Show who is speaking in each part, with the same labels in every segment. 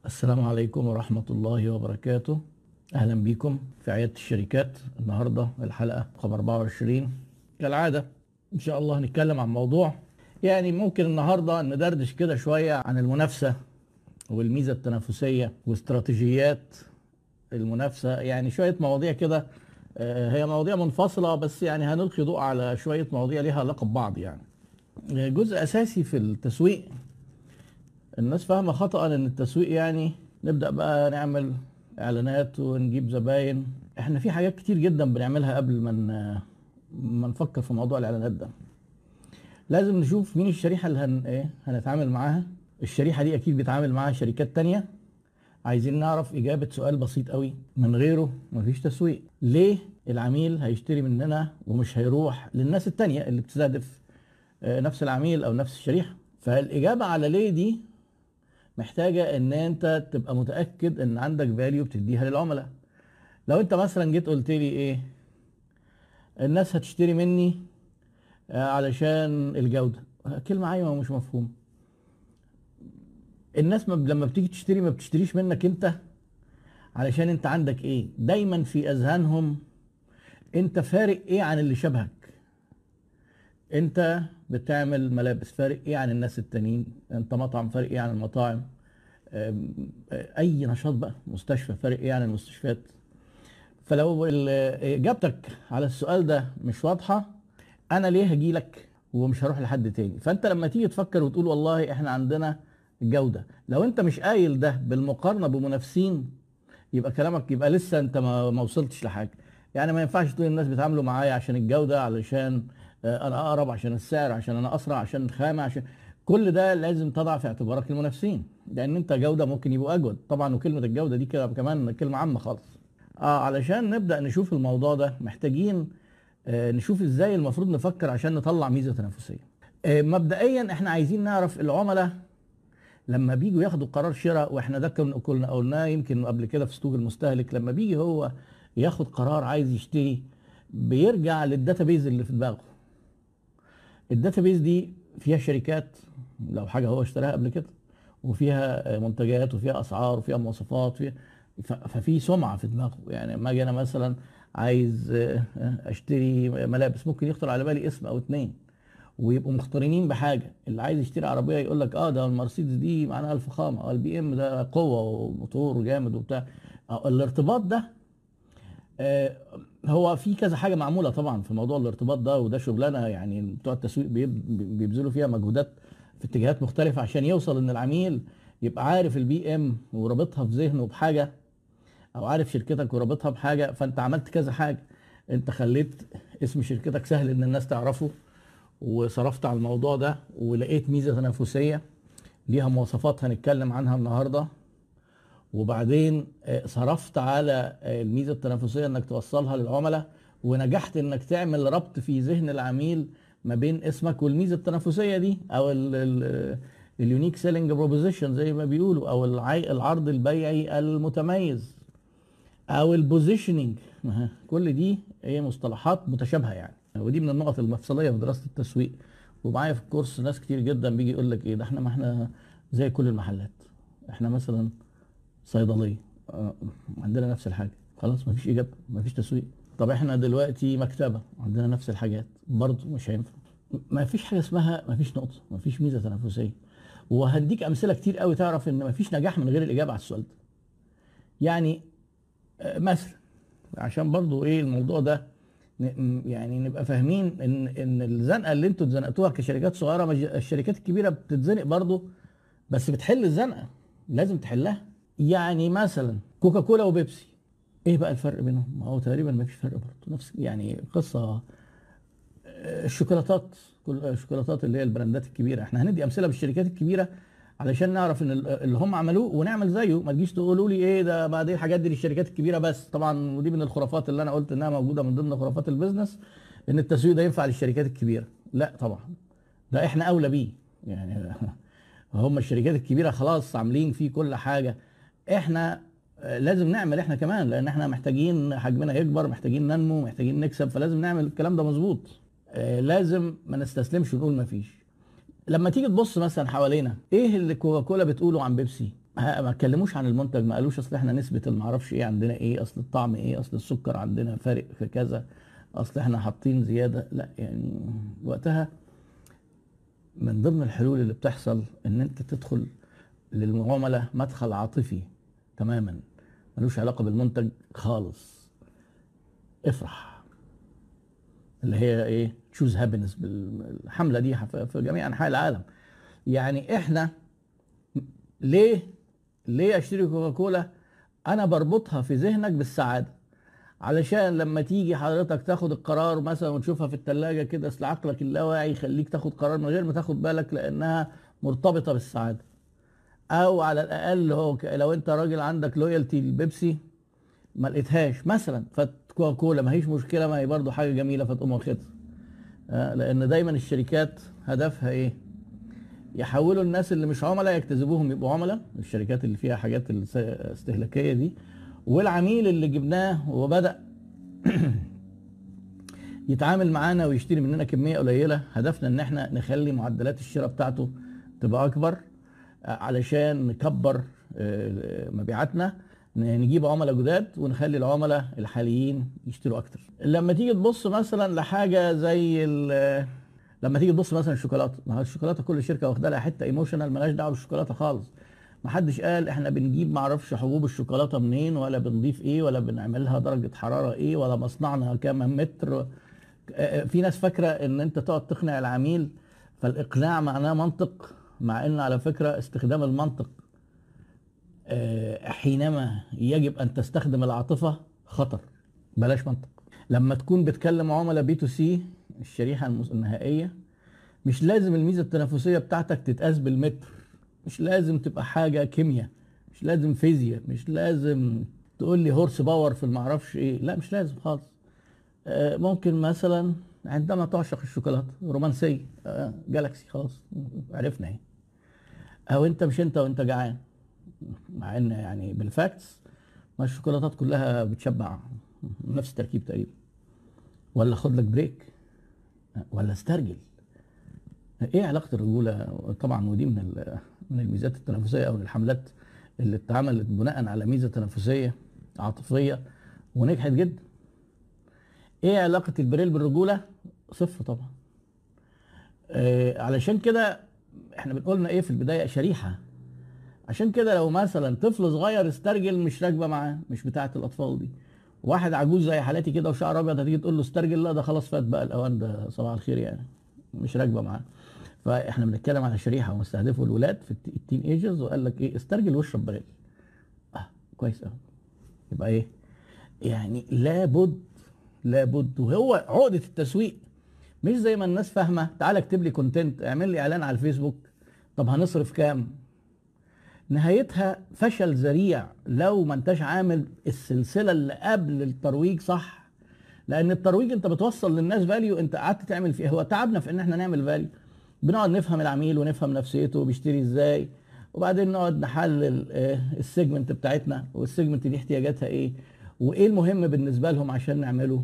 Speaker 1: السلام عليكم ورحمة الله وبركاته. أهلا بكم في عيادة الشركات. النهاردة الحلقة رقم 24 كالعادة. إن شاء الله هنتكلم عن موضوع ممكن النهاردة ندردش كده شوية عن المنافسة والميزة التنافسية واستراتيجيات المنافسة، شوية مواضيع كده. هي مواضيع منفصلة بس هنلقي ضوء على شوية مواضيع ليها علاقة ببعض. جزء أساسي في التسويق، الناس فاهمة خطأ ان التسويق نبدأ بقى نعمل اعلانات ونجيب زباين. احنا في حاجات كتير جدا بنعملها قبل ما نفكر في موضوع الاعلانات ده. لازم نشوف مين الشريحة اللي هنتعامل معاها. الشريحة دي اكيد بيتعامل معاها شركات تانية. عايزين نعرف اجابة سؤال بسيط قوي، من غيره مفيش تسويق. ليه العميل هيشتري مننا ومش هيروح للناس التانية اللي بتستهدف نفس العميل او نفس الشريحة؟ فالاجابة على ليه دي محتاجة ان انت تبقى متأكد ان عندك فاليو بتديها للعملاء. لو انت مثلا جيت قلت لي الناس هتشتري مني علشان الجودة، كلمة عايمة ومش مفهوم. الناس لما بتيجي تشتري ما بتشتريش منك انت علشان انت عندك دايما في اذهانهم انت فارق عن اللي شبهك. انت بتعمل ملابس، فارق عن الناس التانيين. انت مطعم، فارق عن المطاعم. اي نشاط بقى، مستشفى، فارق عن المستشفيات. فلو اجابتك على السؤال ده مش واضحه، انا ليه هجي لك ومش هروح لحد تاني؟ فانت لما تيجي تفكر وتقول والله احنا عندنا جوده، لو انت مش قايل ده بالمقارنه بمنافسين، يبقى كلامك يبقى لسه انت ما وصلتش لحاجه. ما ينفعش تقول الناس بيتعاملوا معايا عشان الجوده، علشان انا اقرب، عشان السعر، عشان انا اسرع، عشان الخامه، عشان كل ده لازم تضع في اعتبارك المنافسين، لان انت جوده ممكن يبقوا اجود طبعا. وكلمه الجوده دي كده كمان كلمه عامه خالص. علشان نبدا نشوف الموضوع ده محتاجين نشوف ازاي المفروض نفكر عشان نطلع ميزه تنافسيه. مبدئيا احنا عايزين نعرف العملاء لما بيجوا ياخدوا قرار شراء، واحنا ده كنا قلناه يمكن قبل كده في سوق المستهلك. لما بيجي هو ياخد قرار عايز يشتري، بيرجع للداتابيز اللي في دماغه. الداتابيز دي فيها شركات لو حاجه هو اشتراها قبل كده، وفيها منتجات، وفيها اسعار، وفيها مواصفات، ففي سمعه في دماغه. لما اجي انا مثلا عايز اشتري ملابس، ممكن يخطر على بالي اسم او اتنين ويبقوا مقترنين بحاجه. اللي عايز يشتري عربيه يقول لك ده المرسيدس دي معناها الفخامه، البي ام ده قوه وموتور جامد وبتاع. الارتباط ده هو في كذا حاجه معموله طبعا في موضوع الارتباط ده، وده شغلانه بتوع التسويق بيبذلوا فيها مجهودات في اتجاهات مختلفه عشان يوصل ان العميل يبقى عارف البي ام ورابطها في ذهنه بحاجه، او عارف شركتك ورابطها بحاجه. فانت عملت كذا حاجه، انت خليت اسم شركتك سهل ان الناس تعرفه، وصرفت على الموضوع ده، ولقيت ميزه تنافسيه ليها مواصفات هنتكلم عنها النهارده. وبعدين صرفت على الميزه التنافسيه انك توصلها للعملاء، ونجحت انك تعمل ربط في ذهن العميل ما بين اسمك والميزه التنافسيه دي، او اليونيك سيلينج بروبوزيشن زي ما بيقولوا، او العرض البيعي المتميز، او البوزيشننج. كل دي هي مصطلحات متشابهه ودي من النقط المفصليه في دراسه التسويق. ومعايا في الكورس ناس كتير جدا بيجي يقول لك ده احنا، ما احنا زي كل المحلات. احنا مثلا صيدليه، عندنا نفس الحاجه، خلاص مفيش اجابه، مفيش تسويق. طب احنا دلوقتي مكتبه، عندنا نفس الحاجات، برضه مش هينفع. مفيش حاجه اسمها مفيش نقطه، مفيش ميزه تنافسيه. وهديك امثله كتير قوي تعرف ان مفيش نجاح من غير الاجابه على السؤال ده. مثلا عشان برضه الموضوع ده نبقى فاهمين ان الزنقه اللي انتوا اتزنقتوها كشركات صغيره، الشركات الكبيره بتتزنق برضه، بس بتحل الزنقه، لازم تحلها. مثلا كوكاكولا وبيبسي، ايه بقى الفرق بينهم؟ ما هو تقريبا ما فيش فرق برضه، نفس قصه. الشوكولاتات، كل الشوكولاتات اللي هي البراندات الكبيره، احنا هندي امثله بالشركات الكبيره علشان نعرف ان اللي هم عملوه ونعمل زيه. ما تجيش تقولوا لي ده بعدين الحاجات دي للشركات الكبيره بس. طبعا ودي من الخرافات اللي انا قلت انها موجوده من ضمن خرافات البيزنس، ان التسويق ده ينفع للشركات الكبيره. لا طبعا، ده احنا اولى بيه. هم الشركات الكبيره خلاص عاملين فيه كل حاجه، احنا لازم نعمل احنا كمان، لان احنا محتاجين حجمنا يكبر، محتاجين ننمو، محتاجين نكسب، فلازم نعمل الكلام ده مظبوط. لازم ما نستسلمش ونقول ما فيش. لما تيجي تبص مثلا حوالينا، ايه اللي كوكاكولا بتقوله عن بيبسي؟ ما اتكلموش عن المنتج، ما قالوش اصل احنا نسبه المعرفش ايه عندنا ايه، اصل الطعم ايه، اصل السكر عندنا فارق في كذا، اصل احنا حاطين زياده. لا يعني وقتها من ضمن الحلول اللي بتحصل ان انت تدخل للعملاء مدخل عاطفي تماما، ملوش علاقه بالمنتج خالص. افرح، اللي هي ايه، تشوز هابينس. بالحمله دي في جميع انحاء العالم. يعني احنا ليه اشتري كوكاكولا؟ انا بربطها في ذهنك بالسعاده، علشان لما تيجي حضرتك تاخد القرار مثلا وتشوفها في التلاجة كده، اصل عقلك اللاواعي يخليك تاخد قرار من غير ما تاخد بالك، لانها مرتبطه بالسعاده. او على الاقل هو لو انت راجل عندك لويالتي للبيبسي ما لقيتهاش مثلا، فكوكاكولا ما هيش مشكله، ما هي برضو حاجه جميله فتقوم واخدها. لان دايما الشركات هدفها ايه؟ يحولوا الناس اللي مش عملاء يجتذبوهم يبقوا عملاء، الشركات اللي فيها حاجات الاستهلاكيه دي. والعميل اللي جبناه وبدأ يتعامل معانا ويشتري مننا كميه قليله، هدفنا ان احنا نخلي معدلات الشراء بتاعته تبقى اكبر، علشان نكبر مبيعاتنا، نجيب عملاء جداد ونخلي العملاء الحاليين يشتروا اكتر. لما تيجي تبص مثلا لحاجه زي لما تيجي تبص مثلا الشوكولاته، ما هو الشوكولاته كل شركه واخده لها حته ايموشنال مالهاش دعوه بالشوكولاته خالص. ما حدش قال احنا بنجيب معرفش حبوب الشوكولاته منين، ولا بنضيف ايه، ولا بنعملها درجه حراره ايه، ولا مصنعنا كام متر. في ناس فاكره ان انت تقعد تقنع العميل فالاقناع معناه منطق، مع ان على فكره استخدام المنطق حينما يجب ان تستخدم العاطفه خطر. بلاش منطق. لما تكون بتكلم عملاء بي تو سي، الشريحه النهائيه، مش لازم الميزه التنافسيه بتاعتك تتقاس بالمتر، مش لازم تبقى حاجه كيمياء، مش لازم فيزياء، مش لازم تقول لي هورس باور في المعرفش ايه، لا مش لازم خالص. ممكن مثلا عندما تعشق الشوكولاته رومانسيه، جالاكسي خلاص عرفنا ايه. او انت مش انت وانت جعان، مع ان يعني بالفاكتس ما الشوكولاتات كلها بتشبع، نفس التركيب تقريبا. ولا خد لك بريك، ولا استرجل. ايه علاقه الرجوله؟ طبعا ودي من الميزات التنافسيه او الحملات اللي اتعملت بناء على ميزه تنافسيه عاطفيه ونجحت جدا. ايه علاقه البريل بالرجوله؟ صفر طبعا. علشان كده احنا بنقولنا ايه في البدايه، شريحه. عشان كده لو مثلا طفل صغير استرجل مش راكبه معاه، مش بتاعه الاطفال دي. واحد عجوز زي حالاتي كده وشعر ابيض هتيجي تقول له استرجل، لا ده خلاص فات بقى الاوان، ده صباح الخير يعني، مش راكبه معاه. فاحنا بنتكلم على شريحه ومستهدفه الولاد في التين ايجرز، وقال لك ايه، استرجل واشرب بريل. كويس قوي. يبقى ايه يعني، لابد وهو عقده التسويق. مش زي ما الناس فاهمه، تعالى اكتب لي كونتنت، اعمل لي اعلان على الفيسبوك، طب هنصرف كام؟ نهايتها فشل ذريع لو ما انتش عامل السلسله اللي قبل الترويج صح. لان الترويج انت بتوصل للناس فاليو، انت قعدت تعمل فيه، هو تعبنا في ان احنا نعمل فاليو، بنقعد نفهم العميل ونفهم نفسيته وبيشتري ازاي، وبعدين نقعد نحلل السيجمنت بتاعتنا، والسيجمنت دي احتياجاتها ايه، وايه المهم بالنسبه لهم عشان نعمله.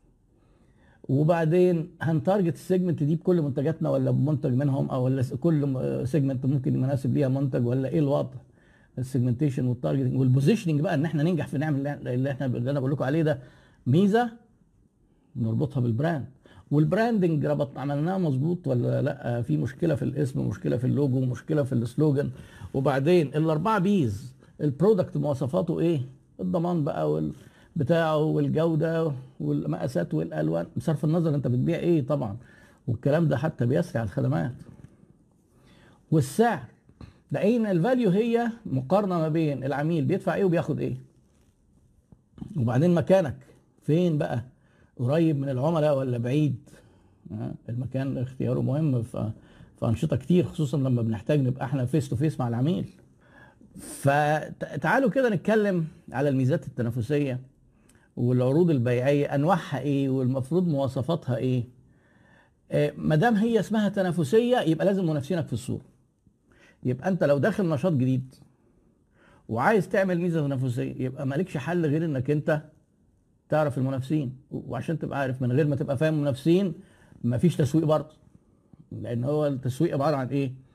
Speaker 1: وبعدين هنتارجت السيجمنت دي بكل منتجاتنا ولا بمنتج منهم، او ولا كل سيجمنت ممكن مناسب ليها منتج، ولا ايه الوضع. السيجمنتيشن والتارجتنج والبوزيشننج بقى، ان احنا ننجح في نعمل اللي انا بقول لكم عليه ده، ميزه نربطها بالبراند. والبراندنج عملناه مظبوط ولا لا، في مشكله في الاسم، مشكله في اللوجو، مشكله في السلوجان. وبعدين الاربعه بيز، البرودكت مواصفاته ايه، الضمان بقى بتاعه والجوده والمقاسات والالوان، بصرف النظر انت بتبيع ايه طبعا، والكلام ده حتى بيسري على الخدمات. والسعر، لان الفاليو هي مقارنه ما بين العميل بيدفع ايه وبياخد ايه. وبعدين مكانك فين بقى، قريب من العملاء ولا بعيد. المكان اختياره مهم في انشطه كتير، خصوصا لما بنحتاج نبقى احنا فيس تو فيس مع العميل. فتعالوا كده نتكلم على الميزات التنافسيه والعروض البيعيه، انواعها ايه والمفروض مواصفاتها ايه. ما دام هي اسمها تنافسيه يبقى لازم منافسينك في السوق. يبقى انت لو داخل نشاط جديد وعايز تعمل ميزه تنافسيه، يبقى مالكش حل غير انك انت تعرف المنافسين. وعشان تبقى عارف من غير ما تبقى فاهم المنافسين، مفيش تسويق برضه. لان هو التسويق عباره عن ايه،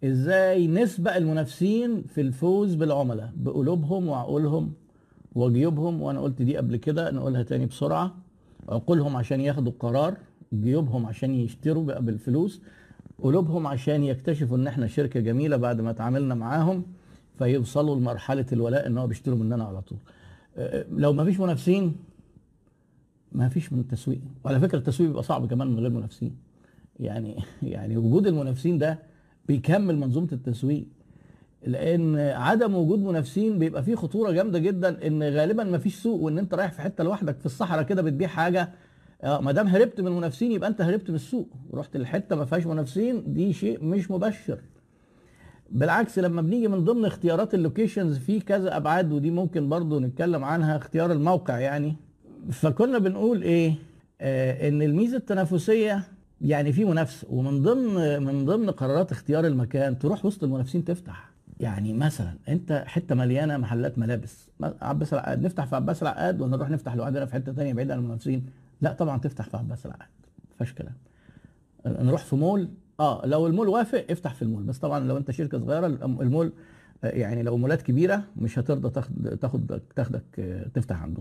Speaker 1: ازاي نسبق المنافسين في الفوز بالعملاء بقلوبهم وعقولهم وجيوبهم. وانا قلت دي قبل كده، نقولها تاني بسرعة: عقولهم عشان ياخدوا القرار، جيوبهم عشان يشتروا بقى بالفلوس، قلوبهم عشان يكتشفوا ان احنا شركة جميلة بعد ما اتعاملنا معاهم، فيوصلوا لمرحلة الولاء ان هو بيشتروا مننا على طول. لو ما فيش منافسين ما فيش من التسويق. وعلى فكرة التسويق بيبقى صعب كمان من غير منافسين. يعني وجود المنافسين ده بيكمل منظومة التسويق، لان عدم وجود منافسين بيبقى فيه خطورة جامدة جدا، ان غالبا ما فيش سوق، وان انت رايح في حتة لوحدك في الصحراء كده بتبيع حاجة. ما دام هربت من المنافسين يبقى انت هربت من السوق ورحت لحتة ما فيهاش منافسين، دي شيء مش مبشر. بالعكس، لما بنيجي من ضمن اختيارات اللوكيشنز في كذا ابعاد، ودي ممكن برضو نتكلم عنها، اختيار الموقع يعني. فكنا بنقول ايه؟ ان الميزه التنافسيه يعني في منافسه، ومن ضمن قرارات اختيار المكان تروح وسط المنافسين تفتح. يعني مثلا انت حته مليانه محلات ملابس، عباس العقاد، نفتح في عباس العقاد ولا نروح نفتح لوحدنا في حته ثانيه بعيد عن المنافسين؟ لا طبعا تفتح في عباس العقاد، ما فيهاش كلام. نروح في مول، لو المول وافق افتح في المول، بس طبعا لو انت شركه صغيره المول، يعني لو مولات كبيره مش هترضى تاخدك تفتح عندهم.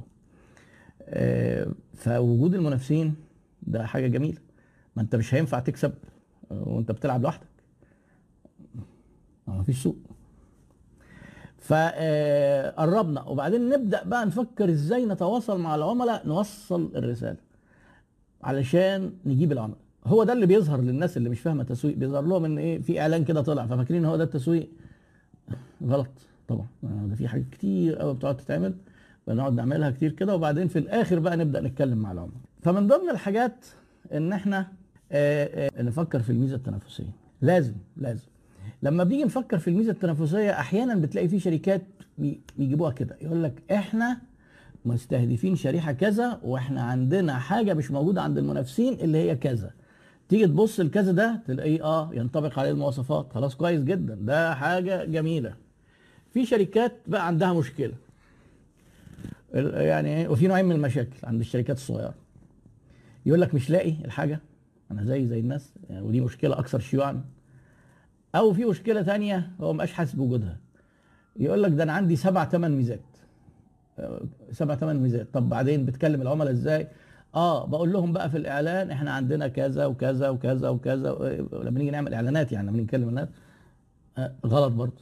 Speaker 1: فوجود المنافسين ده حاجه جميله. ما انت مش هينفع تكسب وانت بتلعب لوحدك، ما فيش سوق. فقربنا وبعدين نبدا بقى نفكر ازاي نتواصل مع العملاء، نوصل الرساله علشان نجيب العملاء. هو ده اللي بيظهر للناس اللي مش فاهمه تسويق، بيظهر لهم ان ايه، في اعلان كده طلع ففاكرين هو ده التسويق. غلط طبعا. ده في حاجات كتير قوي بتقعد تتعمل، بنقعد نعملها كتير كده، وبعدين في الاخر بقى نبدا نتكلم مع العملاء. فمن ضمن الحاجات ان احنا نفكر في الميزه التنافسيه. لازم لما بنيجي نفكر في الميزه التنافسيه، احيانا بتلاقي في شركات بيجيبوها كده، يقول لك احنا مستهدفين شريحه كذا، واحنا عندنا حاجه مش موجوده عند المنافسين اللي هي كذا. تيجي تبص الكذا ده تلاقيه ينطبق عليه المواصفات، خلاص كويس جدا، ده حاجه جميله. في شركات بقى عندها مشكله، يعني وفي نوعين من المشاكل عند الشركات الصغيره. يقول لك مش لاقي الحاجه، انا زي الناس يعني، ودي مشكله اكثر شيوعا. او في مشكله تانية، هو مبقاش حاسس بوجودها. يقول لك ده انا عندي 7 8 ميزات. 7 8 ميزات. طب بعدين بتكلم العملاء ازاي؟ بقول لهم بقى في الاعلان احنا عندنا كذا وكذا وكذا وكذا. لما نيجي نعمل اعلانات يعني، لما نيجي نكلم الناس، غلط برضه.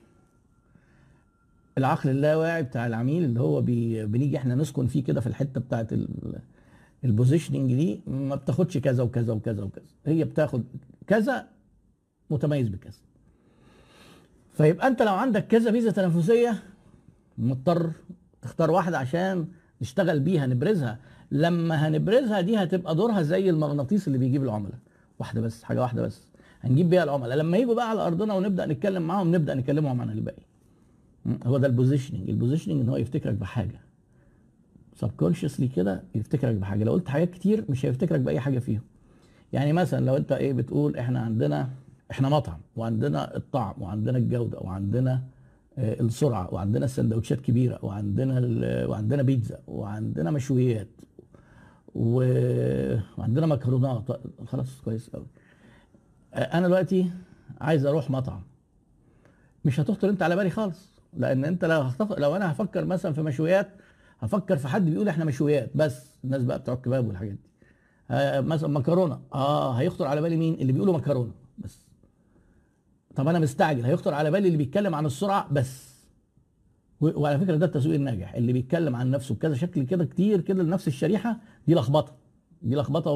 Speaker 1: العقل اللاواعي بتاع العميل اللي هو بنيجي احنا نسكن فيه كده في الحته بتاعت البوزيشننج دي، ما بتاخدش كذا وكذا وكذا وكذا، هي بتاخد كذا متميز بكذا. فيبقى انت لو عندك كذا ميزه تنافسيه مضطر تختار واحده عشان نشتغل بيها نبرزها. لما هنبرزها دي هتبقى دورها زي المغناطيس اللي بيجيب العملاء. واحده بس، حاجه واحده بس هنجيب بيها العملاء. لما يجوا بقى على ارضنا ونبدا نتكلم معاهم، نبدا نكلمهم عن الباقي. هو ده البوزيشننج ان هو يفتكرك بحاجه سبكونشسلي كده، يفتكرك بحاجه. لو قلت حاجات كتير مش هيفتكرك باي حاجه فيهم. يعني مثلا لو انت بتقول احنا مطعم، وعندنا الطعم، وعندنا الجوده، وعندنا السرعه، وعندنا السندوتشات كبيره، وعندنا بيتزا، وعندنا مشويات، وعندنا مكرونات، خلاص كويس قوي. انا دلوقتي عايز اروح مطعم، مش هتخطر انت على بالي خالص، لان انت لو انا هفكر مثلا في مشويات، هفكر في حد بيقول احنا مشويات بس، الناس بقى بتوع الكباب والحاجات دي. مثلا مكرونه، هيخطر على بالي مين؟ اللي بيقولوا مكرونه بس. طب انا مستعجل، هيخطر على بالي اللي بيتكلم عن السرعه بس. وعلى فكره ده التسويق الناجح، اللي بيتكلم عن نفسه بكذا شكل كده كتير كده لنفس الشريحه. دي لخبطه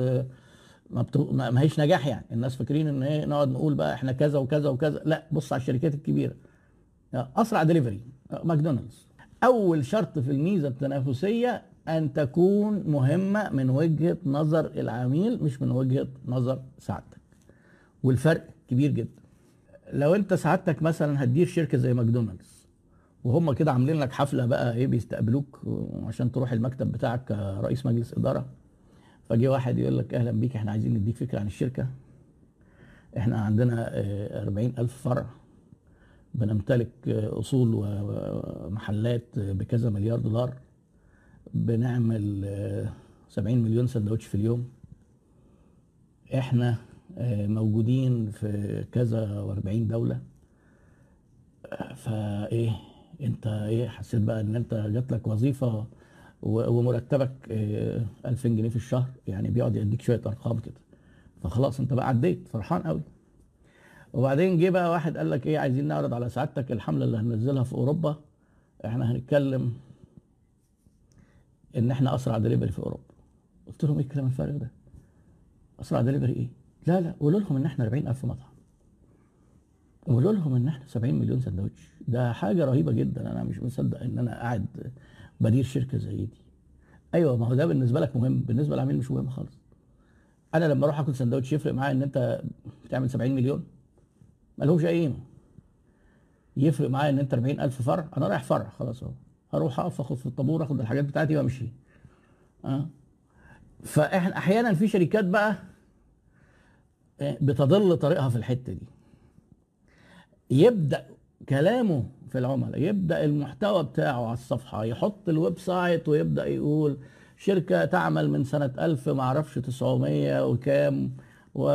Speaker 1: ما هيش نجاح. يعني الناس فاكرين ان نقعد نقول بقى احنا كذا وكذا وكذا. لا، بص على الشركات الكبيره. اسرع دليفري، ماكدونالدز. اول شرط في الميزه التنافسيه ان تكون مهمه من وجهه نظر العميل، مش من وجهه نظر سعادتك. والفرق كبير جدا. لو انت سعادتك مثلا هتدير شركه زي ماكدونالدز، وهم كده عاملين لك حفله بقى بيستقبلوك عشان تروح المكتب بتاعك كرئيس مجلس اداره، فجي واحد يقول لك اهلا بيك، احنا عايزين نديك فكره عن الشركه. احنا عندنا 40,000 فرع، بنمتلك اصول ومحلات بكذا مليار دولار، بنعمل 70 مليون سندوتش في اليوم. احنا موجودين في كذا و40 دولة. فايه انت ايه حسيت بقى ان انت جات لك وظيفة ومرتبك 2000 جنيه في الشهر، يعني بيقعد يديك شوية ارقام كده، فخلاص انت بقى عديت فرحان قوي. وبعدين جه بقى واحد قال لك ايه، عايزين نعرض على سعادتك الحملة اللي هننزلها في اوروبا، احنا هنتكلم ان احنا اسرع دليفري في اوروبا. قلت لهم ايه الكلام الفارغ ده؟ اسرع دليفري ايه؟ لا لا، قولوا لهم ان احنا 40,000 مطعم، قولوا لهم ان احنا 70 مليون سندوتش. ده حاجه رهيبه جدا، انا مش مصدق ان انا قاعد بدير شركه زي دي. ايوه، ما هو ده بالنسبه لك مهم، بالنسبه للعميل مش مهم خالص. انا لما اروح اكل سندوتش يفرق معايا ان انت بتعمل 70 مليون؟ مالهمش اي قيمه. يفرق معايا ان انت 40,000 فرع، انا رايح فرع خلاص اهو، هروح اقف اخد في الطابور، اخد الحاجات بتاعتي وامشي. اه فاحنا احيانا في شركات بقى بتضل طريقها في الحته دي، يبدا كلامه في العملاء، يبدا المحتوى بتاعه على الصفحه، يحط الويب سايت ويبدا يقول شركه تعمل من سنه 1000 ما اعرفش 900 وكام، و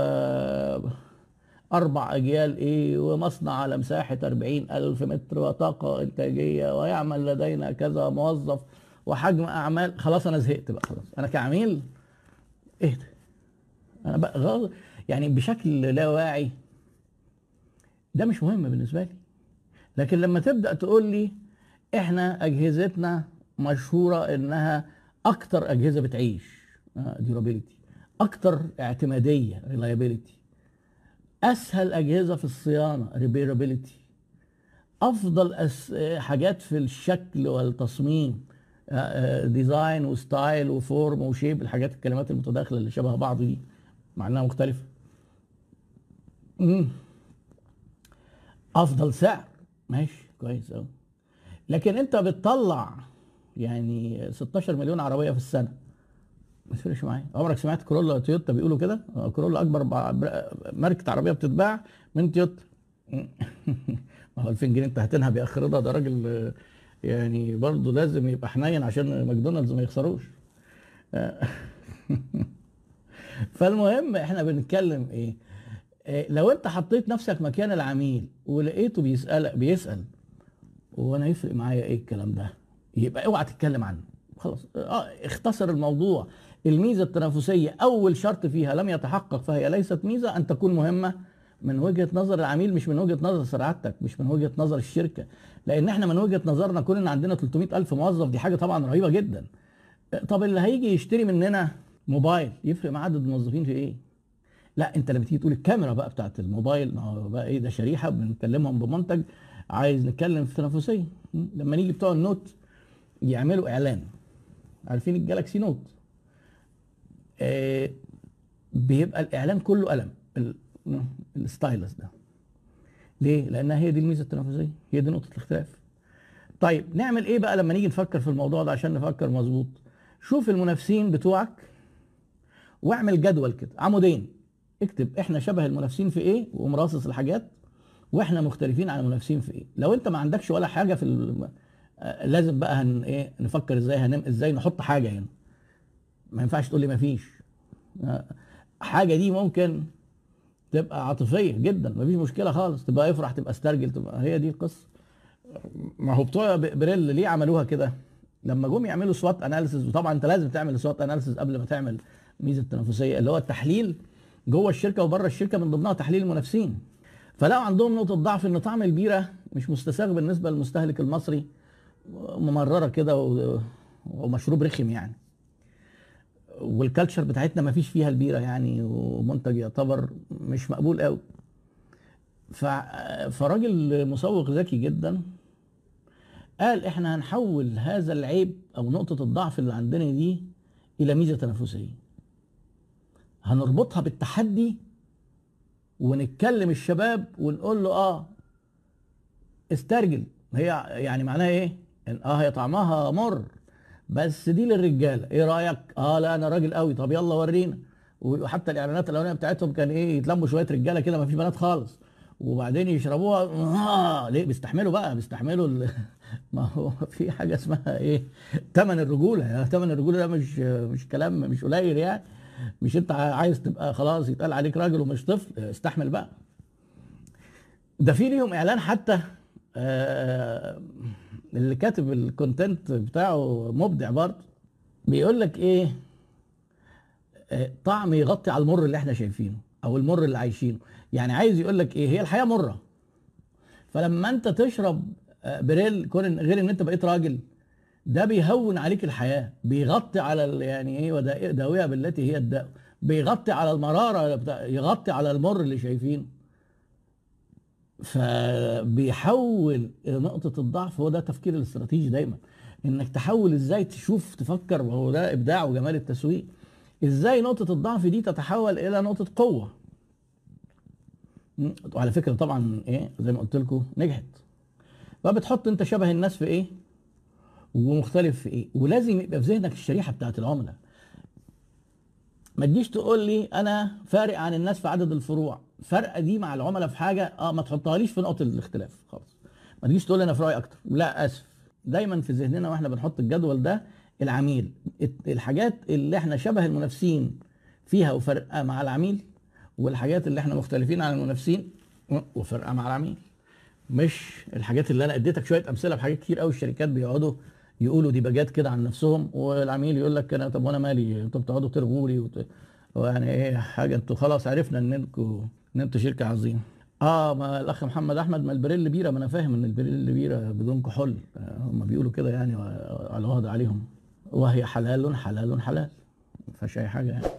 Speaker 1: 4 أجيال إيه، ومصنع على مساحة 40,000 متر وطاقة إنتاجية، ويعمل لدينا كذا موظف وحجم أعمال. خلاص أنا زهقت بقى، خلاص أنا كعميل إيه ده؟ أنا بقى يعني بشكل لا واعي ده مش مهم بالنسبة لي. لكن لما تبدأ تقول لي احنا اجهزتنا مشهورة انها اكتر اجهزة بتعيش، ديورابيلتي، اكتر اعتمادية، ريلايبيليتي، اسهل اجهزة في الصيانة، ريبيرابيلتي، افضل حاجات في الشكل والتصميم، ديزاين وستايل وفورم وشيب، الحاجات الكلمات المتداخلة اللي شبه بعض دي مع انها مختلفة. افضل سعر، ماشي كويس قوي. لكن انت بتطلع يعني 16 مليون عربيه في السنه، ما تفرقش معايا. عمرك سمعت كورولا تويوتا بيقولوا كده؟ كورولا اكبر ماركه عربيه بتتباع من تويوتا. ما هو 2000 جنيه انت هتنهب يا اخي رضا، ده راجل يعني برضه لازم يبقى حنين عشان ماكدونالدز ما يخسروش. فالمهم احنا بنتكلم ايه؟ لو انت حطيت نفسك مكان العميل ولقيته بيسأل وانا يفرق معايا ايه الكلام ده، يبقى اوعى تتكلم عنه خلاص. اختصر الموضوع. الميزه التنافسيه اول شرط فيها لم يتحقق فهي ليست ميزه، ان تكون مهمه من وجهه نظر العميل، مش من وجهه نظر سعادتك، مش من وجهه نظر الشركه. لان احنا من وجهه نظرنا كون ان عندنا 300 الف موظف دي حاجه طبعا رهيبه جدا. طب اللي هيجي يشتري مننا موبايل يفرق مع عدد الموظفين في ايه؟ لا، انت لما تيجي تقول الكاميرا بقى بتاعت الموبايل، ما هو بقى ايه ده، شريحه بنكلمهم بمنتج، عايز نتكلم في تنافسيه. لما نيجي بتوع النوت يعملوا اعلان، عارفين الجالاكسي نوت، بيبقى الاعلان كله قلم الستايلس ده. ليه؟ لانها هي دي الميزه التنافسيه، هي دي نقطه الاختلاف. طيب نعمل ايه بقى لما نيجي نفكر في الموضوع ده عشان نفكر مظبوط؟ شوف المنافسين بتوعك واعمل جدول كده عمودين، اكتب احنا شبه المنافسين في ايه ومراصص الحاجات، واحنا مختلفين عن المنافسين في ايه. لو انت ما عندكش ولا حاجه في لازم بقى ايه نفكر ازاي نحط حاجه هنا. ما ينفعش تقول لي ما فيش حاجه، دي ممكن تبقى عاطفيه جدا، ما فيش مشكله خالص، تبقى افرح، تبقى استرجل، تبقى هي دي القصه. ما هو بتوع بريل ليه عملوها كده؟ لما جم يعملوا سوات اناليسيز، وطبعا انت لازم تعمل سوات اناليسيز قبل ما تعمل ميزه التنافسيه، اللي هو التحليل جوه الشركه وبره الشركه، من ضمنها تحليل المنافسين. فلقوا عندهم نقطه ضعف ان طعم البيره مش مستساغ بالنسبه للمستهلك المصري، ممرره كده ومشروب رخم يعني، والكالتشر بتاعتنا ما فيش فيها البيره يعني، ومنتج يعتبر مش مقبول قوي. فراجل مسوق ذكي جدا قال احنا هنحول هذا العيب او نقطه الضعف اللي عندنا دي الى ميزه تنافسيه، هنربطها بالتحدي، ونتكلم الشباب ونقول له استرجل. هي يعني معناها ايه؟ هي طعمها مر بس دي للرجاله، ايه رايك؟ لا انا راجل قوي، طب يلا ورينا. وحتى الاعلانات الاولانيه بتاعتهم كان ايه، يتلموا شويه رجاله كده، ما فيش بنات خالص، وبعدين يشربوها. ليه؟ بيستحملوا بقى، بيستحملوا ما هو في حاجه اسمها ايه، ثمن الرجوله. ثمن الرجوله ده مش كلام مش قليل يعني. مش انت عايز تبقى خلاص يتقال عليك راجل ومش طفل؟ استحمل بقى. ده في ليهم اعلان حتى، آه، اللي كاتب الكونتنت بتاعه مبدع برضه، بيقول لك ايه، طعم يغطي على المر اللي احنا شايفينه او المر اللي عايشينه. يعني عايز يقول لك ايه، هي الحياه مره، فلما انت تشرب بريل، كون غير ان انت بقيت راجل، ده بيهون عليك الحياه، بيغطي على يعني ايه، وداويها بالتي هي الداء، بيغطي على المراره يغطي على المر اللي شايفينه. فبيحول نقطة الضعف، هو ده التفكير الاستراتيجي دايما، انك تحول ازاي تشوف تفكر، وهو ده ابداع وجمال التسويق، ازاي نقطة الضعف دي تتحول الى نقطة قوة. وعلى فكرة طبعا ايه، زي ما قلت لكم نجحت. فبتحط انت شبه الناس في ايه ومختلف في ايه، ولازم يبقى في ذهنك الشريحة بتاعت العملاء. ما تجيش تقول لي انا فارق عن الناس في عدد الفروع، فرقه دي مع العملاء في حاجه ما تحطهاليش في نقطه الاختلاف خالص. ما تجيش تقول لي انا فروعي اكتر، لا اسف. دايما في ذهننا واحنا بنحط الجدول ده العميل، الحاجات اللي احنا شبه المنافسين فيها وفرقه مع العميل، والحاجات اللي احنا مختلفين عن المنافسين وفرقه مع العميل. مش الحاجات اللي انا اديتك شويه امثله بحاجات كتير قوي الشركات بيقعدوا يقولوا دي باجات كده عن نفسهم، والعميل يقول لك انا طب وانا مالي، انتوا بتقعدوا ترغوا لي ويعني ايه حاجه، انتوا خلاص عرفنا ان انتوا شركه عظيمه. ما الاخ محمد احمد، ما البريل بيره، ما انا فاهم ان البريل بيره بدون كحول، هم بيقولوا كده يعني على وضع عليهم، وهي حلال حلال حلال، ما فيهاش اي حاجه يعني.